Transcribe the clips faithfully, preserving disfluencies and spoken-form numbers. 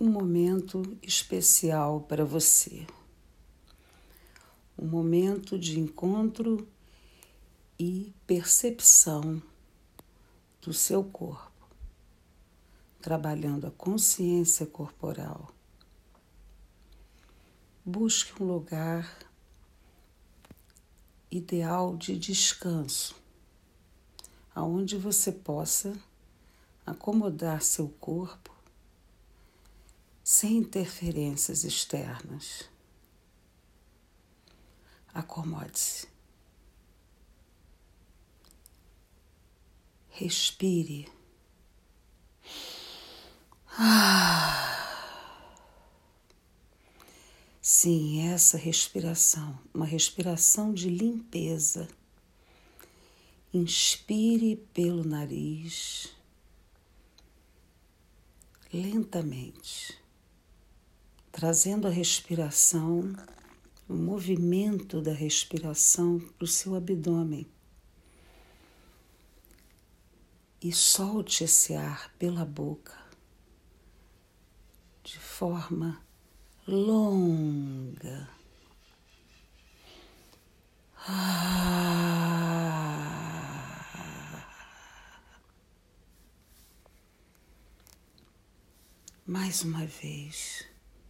um momento especial para você. Um momento de encontro e percepção do seu corpo, trabalhando a consciência corporal. Busque um lugar ideal de descanso, aonde você possa acomodar seu corpo sem interferências externas. Acomode-se. Respire. Ah. Sim, essa respiração, uma respiração de limpeza. Inspire pelo nariz, lentamente, trazendo a respiração, o movimento da respiração para o seu abdômen. E solte esse ar pela boca de forma longa. Ah. Mais uma vez.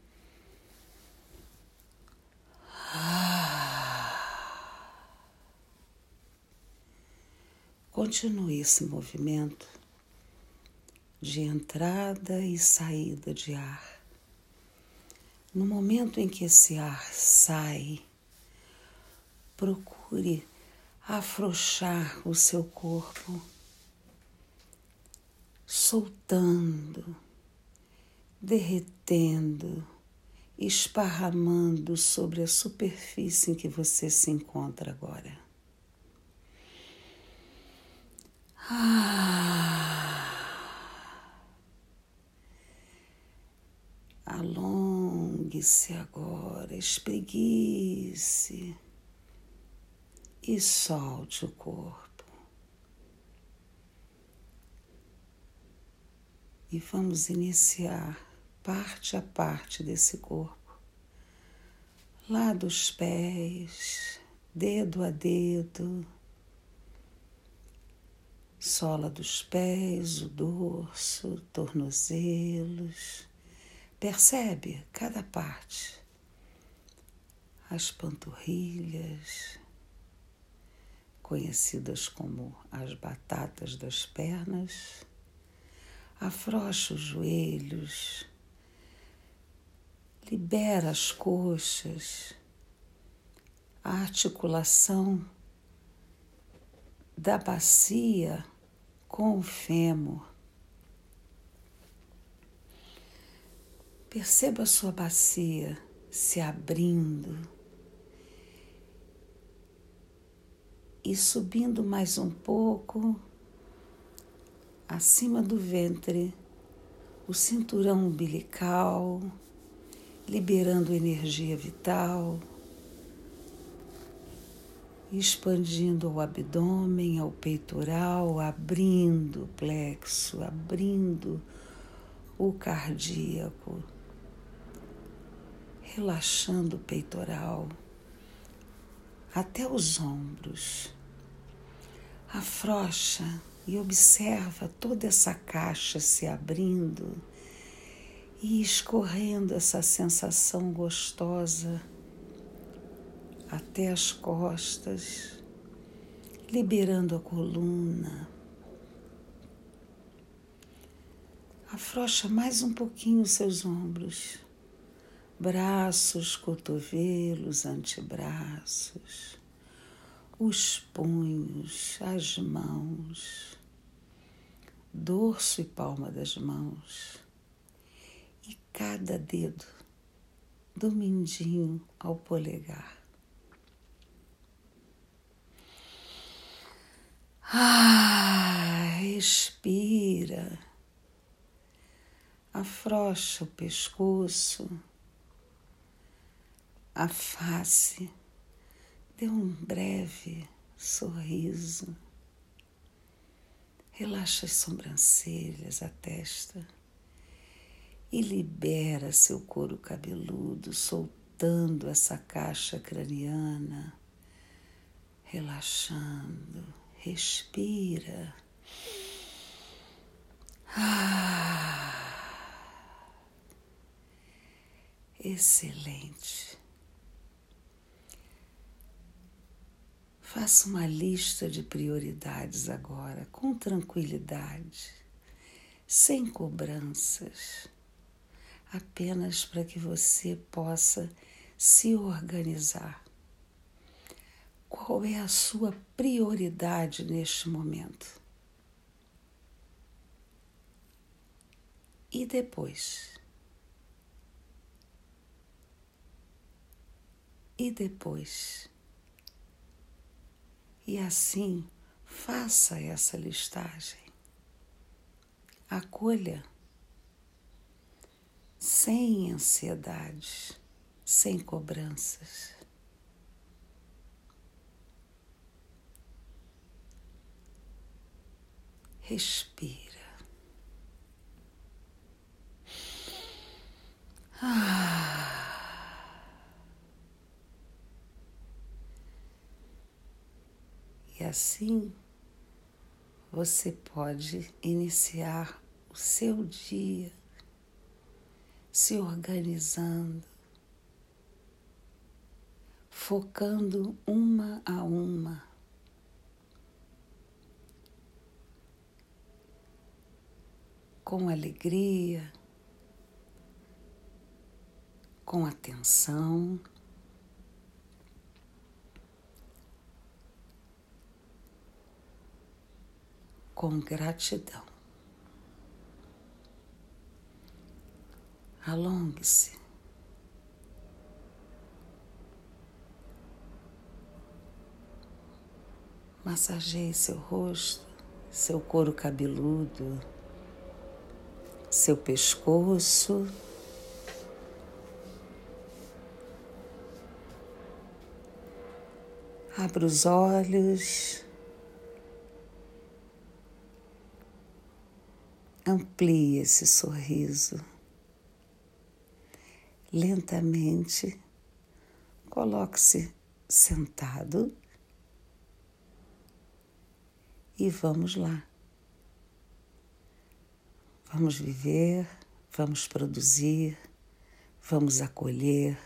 Ah. Continue esse movimento de entrada e saída de ar. No momento em que esse ar sai, procure afrouxar o seu corpo, soltando, derretendo, esparramando sobre a superfície em que você se encontra agora. Ah. Alongue-se agora, espreguice e solte o corpo. E vamos iniciar parte a parte desse corpo, lá dos pés, dedo a dedo, sola dos pés, o dorso, tornozelos. Percebe cada parte, as panturrilhas, conhecidas como as batatas das pernas, afrouxa os joelhos, libera as coxas, a articulação da bacia com o fêmur. Perceba a sua bacia se abrindo e subindo mais um pouco acima do ventre, o cinturão umbilical, liberando energia vital, expandindo ao abdômen, ao peitoral, abrindo o plexo, abrindo o cardíaco, relaxando o peitoral até os ombros. Afrouxa e observa toda essa caixa se abrindo e escorrendo essa sensação gostosa até as costas, liberando a coluna. Afrouxa mais um pouquinho os seus ombros, braços, cotovelos, antebraços, os punhos, as mãos, dorso e palma das mãos e cada dedo, do mindinho ao polegar. Ah, respira, afrouxa o pescoço, a face, dê um breve sorriso, relaxa as sobrancelhas, a testa e libera seu couro cabeludo, soltando essa caixa craniana, relaxando. Respira. Ah, excelente. Faça uma lista de prioridades agora, com tranquilidade, sem cobranças, apenas para que você possa se organizar. Qual é a sua prioridade neste momento? E depois? E depois? E assim, faça essa listagem. Acolha, sem ansiedade, sem cobranças. Respira. Ah. E assim, você pode iniciar o seu dia se organizando, focando uma a uma, com alegria, com atenção, com gratidão. Alongue-se. Massageie seu rosto, seu couro cabeludo, seu pescoço. Abra os olhos. Amplie esse sorriso. Lentamente, coloque-se sentado e vamos lá. Vamos viver, vamos produzir, vamos acolher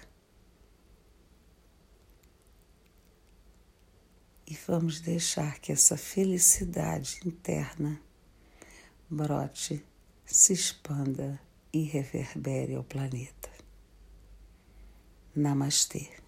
e vamos deixar que essa felicidade interna brote, se expanda e reverbere ao planeta. Namastê.